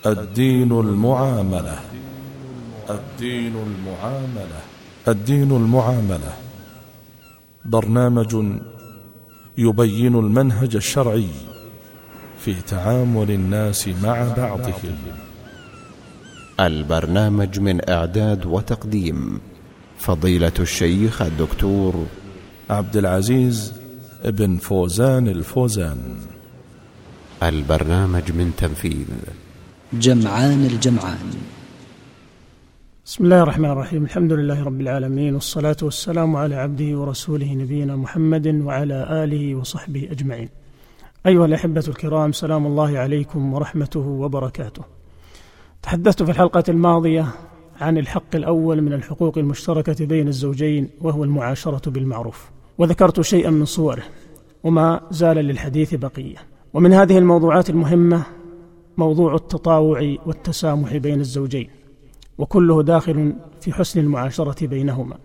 الدين المعاملة. الدين المعاملة. الدين المعاملة برنامج يبين المنهج الشرعي في تعامل الناس مع بعضهم. البرنامج من إعداد وتقديم فضيلة الشيخ الدكتور عبد العزيز بن فوزان الفوزان. البرنامج من تنفيذ جمعان الجمعان. بسم الله الرحمن الرحيم. الحمد لله رب العالمين، والصلاة والسلام على عبده ورسوله نبينا محمد وعلى آله وصحبه أجمعين. أيها الأحبة الكرام، سلام الله عليكم ورحمته وبركاته. تحدثت في الحلقة الماضية عن الحق الأول من الحقوق المشتركة بين الزوجين، وهو المعاشرة بالمعروف، وذكرت شيئا من صوره، وما زال للحديث بقية. ومن هذه الموضوعات المهمة موضوع التطاوع والتسامح بين الزوجين، وكله داخل في حسن المعاشرة بينهما.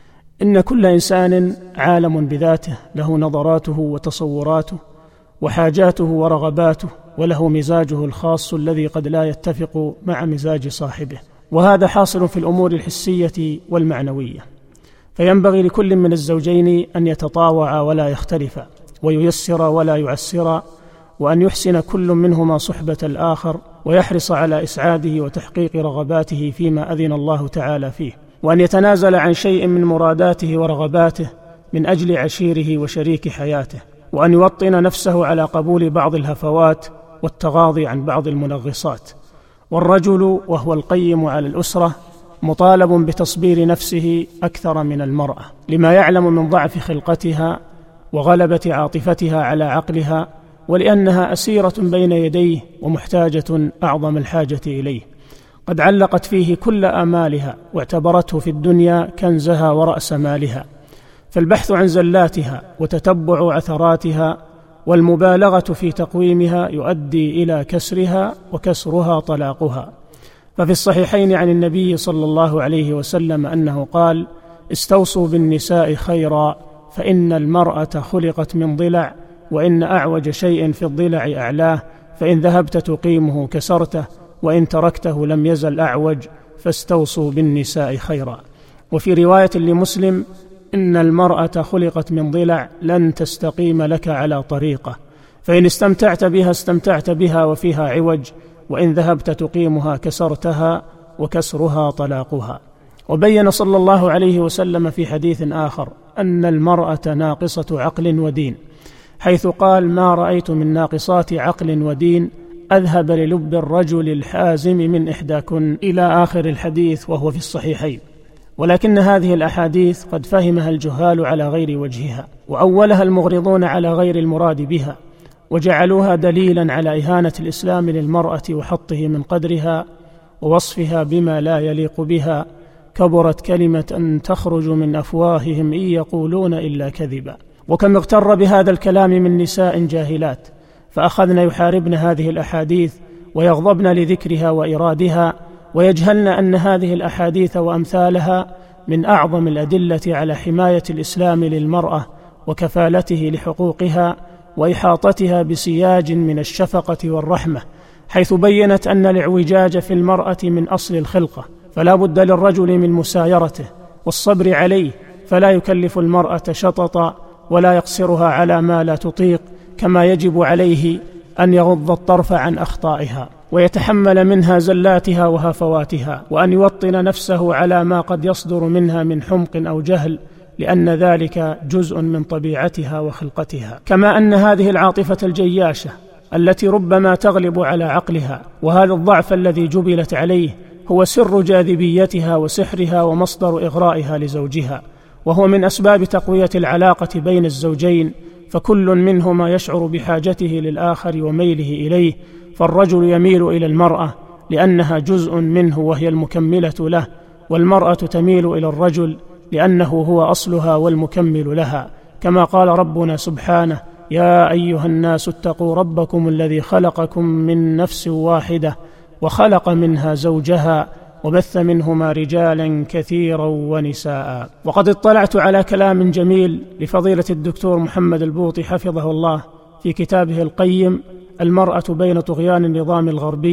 إن كل إنسان عالم بذاته، له نظراته وتصوراته وحاجاته ورغباته، وله مزاجه الخاص الذي قد لا يتفق مع مزاج صاحبه، وهذا حاصل في الأمور الحسية والمعنوية. فينبغي لكل من الزوجين أن يتطاوع ولا يختلف، وييسر ولا يعسر، وأن يحسن كل منهما صحبة الآخر، ويحرص على إسعاده وتحقيق رغباته فيما أذن الله تعالى فيه، وأن يتنازل عن شيء من مراداته ورغباته من أجل عشيره وشريك حياته، وأن يوطن نفسه على قبول بعض الهفوات والتغاضي عن بعض المنغصات. والرجل وهو القيم على الأسرة مطالب بتصبير نفسه أكثر من المرأة، لما يعلم من ضعف خلقتها وغلبة عاطفتها على عقلها، ولأنها أسيرة بين يديه ومحتاجة أعظم الحاجة إليه. قد علقت فيه كل آمالها، واعتبرته في الدنيا كنزها ورأس مالها، فالبحث عن زلاتها وتتبع عثراتها والمبالغة في تقويمها يؤدي إلى كسرها، وكسرها طلاقها. ففي الصحيحين عن النبي صلى الله عليه وسلم أنه قال: استوصوا بالنساء خيرا، فإن المرأة خلقت من ضلع، وإن أعوج شيء في الضلع أعلاه، فإن ذهبت تقيمه كسرته، وإن تركته لم يزل أعوج، فاستوصوا بالنساء خيرا. وفي رواية لمسلم: إن المرأة خلقت من ضلع، لن تستقيم لك على طريقة، فإن استمتعت بها استمتعت بها وفيها عوج، وإن ذهبت تقيمها كسرتها، وكسرها طلاقها. وبين صلى الله عليه وسلم في حديث آخر أن المرأة ناقصة عقل ودين، حيث قال: ما رأيت من ناقصات عقل ودين أذهب للب الرجل الحازم من إحداكن، إلى آخر الحديث، وهو في الصحيحين. ولكن هذه الأحاديث قد فهمها الجهال على غير وجهها، وأولها المغرضون على غير المراد بها، وجعلوها دليلا على إهانة الإسلام للمرأة وحطه من قدرها ووصفها بما لا يليق بها. كبرت كلمة أن تخرج من أفواههم إن يقولون إلا كذبا. وكم اغتر بهذا الكلام من نساء جاهلات، فأخذن يحاربن هذه الأحاديث ويغضبن لذكرها وإرادها، ويجهلن أن هذه الأحاديث وأمثالها من أعظم الأدلة على حماية الإسلام للمرأة وكفالته لحقوقها وإحاطتها بسياج من الشفقة والرحمة، حيث بينت أن الاعوجاج في المرأة من أصل الخلقة، فلا بد للرجل من مسايرته والصبر عليه، فلا يكلف المرأة شططا ولا يقصرها على ما لا تطيق، كما يجب عليه أن يغض الطرف عن أخطائها ويتحمل منها زلاتها وهفواتها، وأن يوطن نفسه على ما قد يصدر منها من حمق أو جهل، لأن ذلك جزء من طبيعتها وخلقتها. كما أن هذه العاطفة الجياشة التي ربما تغلب على عقلها، وهذا الضعف الذي جبلت عليه، هو سر جاذبيتها وسحرها ومصدر إغرائها لزوجها، وهو من أسباب تقوية العلاقة بين الزوجين، فكل منهما يشعر بحاجته للآخر وميله إليه. فالرجل يميل إلى المرأة لأنها جزء منه وهي المكملة له، والمرأة تميل إلى الرجل لأنه هو أصلها والمكمل لها، كما قال ربنا سبحانه: يا أيها الناس اتقوا ربكم الذي خلقكم من نفس واحدة وخلق منها زوجها وبث منهما رجالا كثيرا ونساء. وقد اطلعت على كلام جميل لفضيلة الدكتور محمد البوطي حفظه الله في كتابه القيم: المرأة بين طغيان النظام الغربي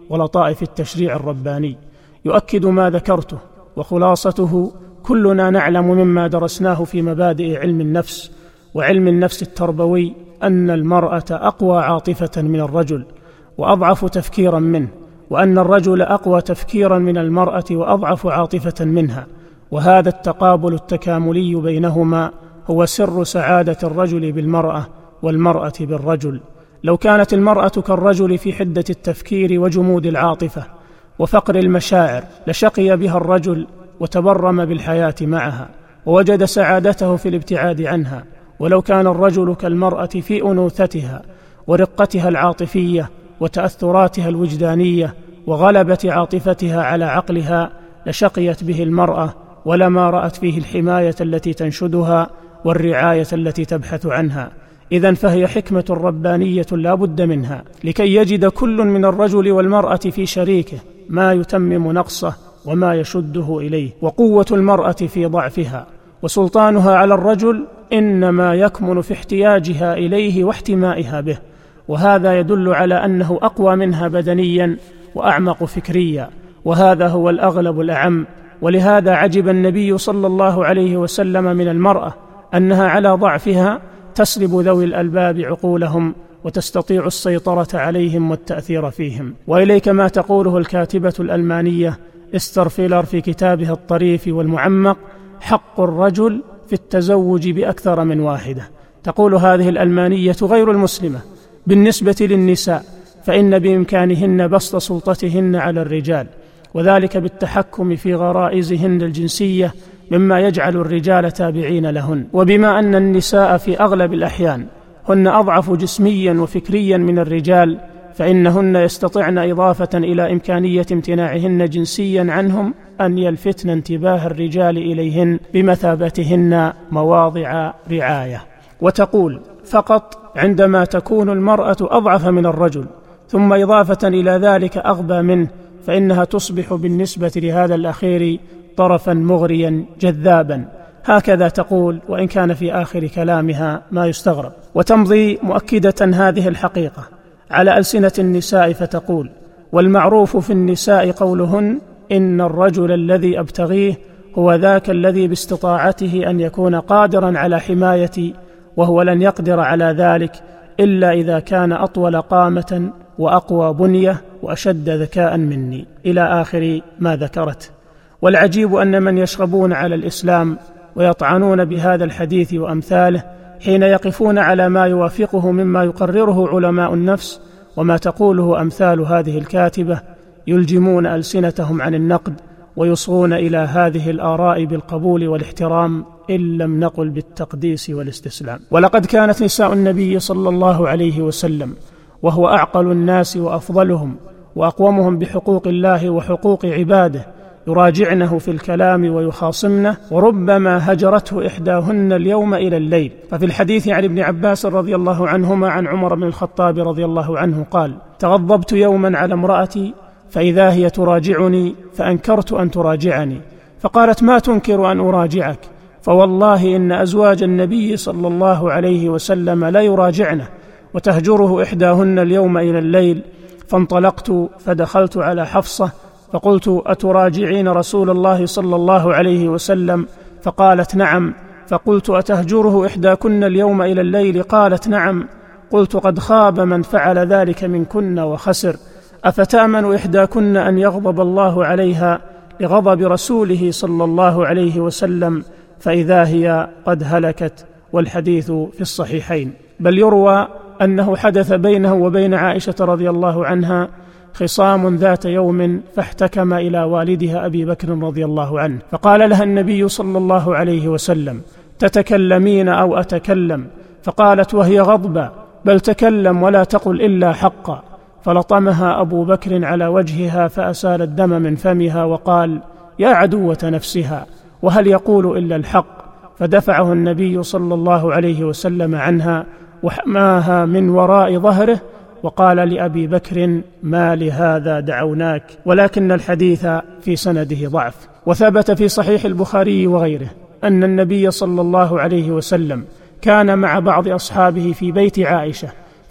ولطائف التشريع الرباني، يؤكد ما ذكرته، وخلاصته: كلنا نعلم مما درسناه في مبادئ علم النفس وعلم النفس التربوي أن المرأة أقوى عاطفة من الرجل وأضعف تفكيرا منه، وأن الرجل أقوى تفكيرا من المرأة وأضعف عاطفة منها، وهذا التقابل التكاملي بينهما هو سر سعادة الرجل بالمرأة والمرأة بالرجل. لو كانت المرأة كالرجل في حدة التفكير وجمود العاطفة وفقر المشاعر لشقي بها الرجل وتبرم بالحياة معها ووجد سعادته في الابتعاد عنها. ولو كان الرجل كالمرأة في أنوثتها ورقتها العاطفية وتأثراتها الوجدانية وغلبة عاطفتها على عقلها لشقيت به المرأة ولما رأت فيه الحماية التي تنشدها والرعاية التي تبحث عنها. إذن فهي حكمة ربانية لا بد منها لكي يجد كل من الرجل والمرأة في شريكه ما يتمم نقصه وما يشده إليه. وقوة المرأة في ضعفها وسلطانها على الرجل إنما يكمن في احتياجها إليه واحتمائها به، وهذا يدل على أنه أقوى منها بدنيا وأعمق فكريا، وهذا هو الأغلب الأعم. ولهذا عجب النبي صلى الله عليه وسلم من المرأة أنها على ضعفها تسلب ذوي الألباب عقولهم وتستطيع السيطرة عليهم والتأثير فيهم. وإليك ما تقوله الكاتبة الألمانية إستر فيلر في كتابها الطريف والمعمق: حق الرجل في التزوج بأكثر من واحدة. تقول هذه الألمانية غير المسلمة: بالنسبة للنساء فإن بإمكانهن بسط سلطتهن على الرجال، وذلك بالتحكم في غرائزهن الجنسية مما يجعل الرجال تابعين لهن. وبما أن النساء في أغلب الأحيان هن أضعف جسميا وفكريا من الرجال، فإنهن يستطعن إضافة إلى إمكانية امتناعهن جنسيا عنهم أن يلفتن انتباه الرجال إليهن بمثابتهن مواضع رعاية. وتقول: فقط عندما تكون المرأة أضعف من الرجل ثم إضافة إلى ذلك أغبى منه فإنها تصبح بالنسبة لهذا الأخير طرفا مغريا جذابا. هكذا تقول، وإن كان في آخر كلامها ما يستغرب. وتمضي مؤكدة هذه الحقيقة على ألسنة النساء فتقول: والمعروف في النساء قولهن: إن الرجل الذي أبتغيه هو ذاك الذي باستطاعته أن يكون قادرا على حمايتي، وهو لن يقدر على ذلك إلا إذا كان أطول قامة وأقوى بنية وأشد ذكاء مني، إلى آخر ما ذكرت. والعجيب أن من يشغبون على الإسلام ويطعنون بهذا الحديث وأمثاله حين يقفون على ما يوافقه مما يقرره علماء النفس وما تقوله أمثال هذه الكاتبة يلجمون ألسنتهم عن النقد ويصغون إلى هذه الآراء بالقبول والاحترام، إن لم نقل بالتقديس والاستسلام. ولقد كانت نساء النبي صلى الله عليه وسلم، وهو أعقل الناس وأفضلهم وأقومهم بحقوق الله وحقوق عباده، يراجعنه في الكلام ويخاصمنه، وربما هجرته إحداهن اليوم إلى الليل. ففي الحديث عن ابن عباس رضي الله عنهما عن عمر بن الخطاب رضي الله عنه قال: تغضبت يوما على امرأتي فإذا هي تراجعني فأنكرت أن تراجعني، فقالت: ما تنكر أن أراجعك؟ فوالله إن أزواج النبي صلى الله عليه وسلم لا يراجعنه، وتهجره إحداهن اليوم إلى الليل. فانطلقت فدخلت على حفصة فقلت: أتراجعين رسول الله صلى الله عليه وسلم؟ فقالت: نعم. فقلت: أتهجره إحداكن اليوم إلى الليل؟ قالت: نعم. قلت: قد خاب من فعل ذلك منكن وخسر. أفتأمن إحداكن أن يغضب الله عليها لغضب رسوله صلى الله عليه وسلم فإذا هي قد هلكت؟ والحديث في الصحيحين. بل يروى أنه حدث بينه وبين عائشة رضي الله عنها خصام ذات يوم، فاحتكم إلى والدها أبي بكر رضي الله عنه، فقال لها النبي صلى الله عليه وسلم: تتكلمين أو أتكلم؟ فقالت وهي غضبة: بل تكلم ولا تقل إلا حقا. فلطمها أبو بكر على وجهها فأسال الدم من فمها وقال: يا عدوة نفسها، وهل يقول إلا الحق؟ فدفعه النبي صلى الله عليه وسلم عنها وحماها من وراء ظهره وقال لأبي بكر: ما لهذا دعوناك؟ ولكن الحديث في سنده ضعف. وثبت في صحيح البخاري وغيره أن النبي صلى الله عليه وسلم كان مع بعض أصحابه في بيت عائشة،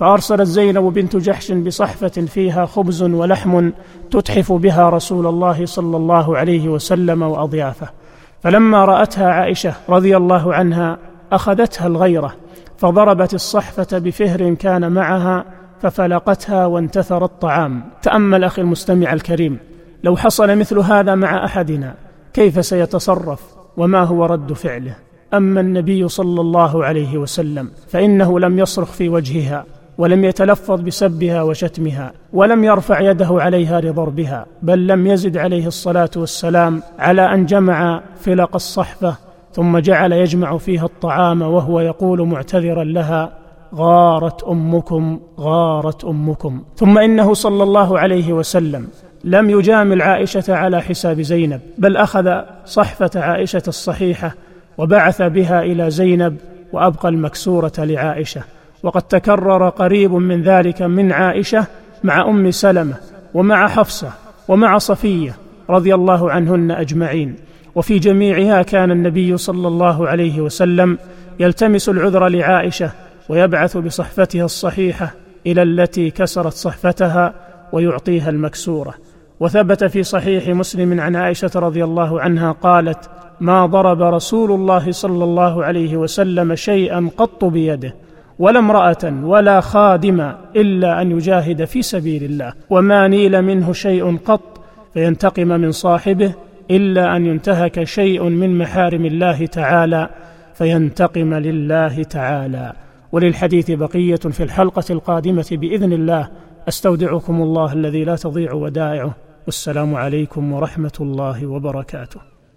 فأرسلت زينب بنت جحش بصحفة فيها خبز ولحم تتحف بها رسول الله صلى الله عليه وسلم وأضيافه. فلما رأتها عائشة رضي الله عنها أخذتها الغيرة، فضربت الصحفة بفهر كان معها ففلقتها وانتثر الطعام. تأمل أخي المستمع الكريم، لو حصل مثل هذا مع أحدنا كيف سيتصرف وما هو رد فعله؟ أما النبي صلى الله عليه وسلم فإنه لم يصرخ في وجهها، ولم يتلفظ بسبها وشتمها، ولم يرفع يده عليها لضربها، بل لم يزد عليه الصلاة والسلام على أن جمع فلق الصحفة ثم جعل يجمع فيها الطعام وهو يقول معتذرا لها: غارت أمكم غارت أمكم. ثم إنه صلى الله عليه وسلم لم يجامل عائشة على حساب زينب، بل أخذ صحفة عائشة الصحيحة وبعث بها إلى زينب وأبقى المكسورة لعائشة. وقد تكرر قريب من ذلك من عائشة مع أم سلمة ومع حفصة ومع صفية رضي الله عنهن أجمعين، وفي جميعها كان النبي صلى الله عليه وسلم يلتمس العذر لعائشة ويبعث بصحفتها الصحيحة إلى التي كسرت صحفتها ويعطيها المكسورة. وثبت في صحيح مسلم عن عائشة رضي الله عنها قالت: ما ضرب رسول الله صلى الله عليه وسلم شيئا قط بيده، ولا امرأة ولا خادما، إلا أن يجاهد في سبيل الله، وما نيل منه شيء قط فينتقم من صاحبه إلا أن ينتهك شيء من محارم الله تعالى فينتقم لله تعالى. وللحديث بقية في الحلقة القادمة بإذن الله. أستودعكم الله الذي لا تضيع ودائعه، والسلام عليكم ورحمة الله وبركاته.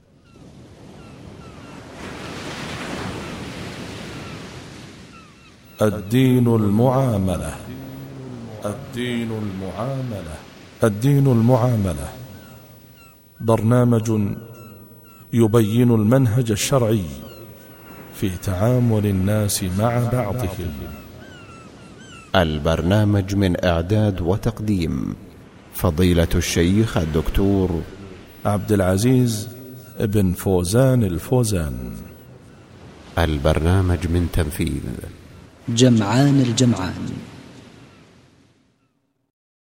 الدين المعاملة. الدين المعاملة. الدين المعاملة برنامج يبين المنهج الشرعي في تعامل الناس مع بعضهم. البرنامج من إعداد وتقديم فضيلة الشيخ الدكتور عبد العزيز بن فوزان الفوزان. البرنامج من تنفيذ جمعان الجمعان.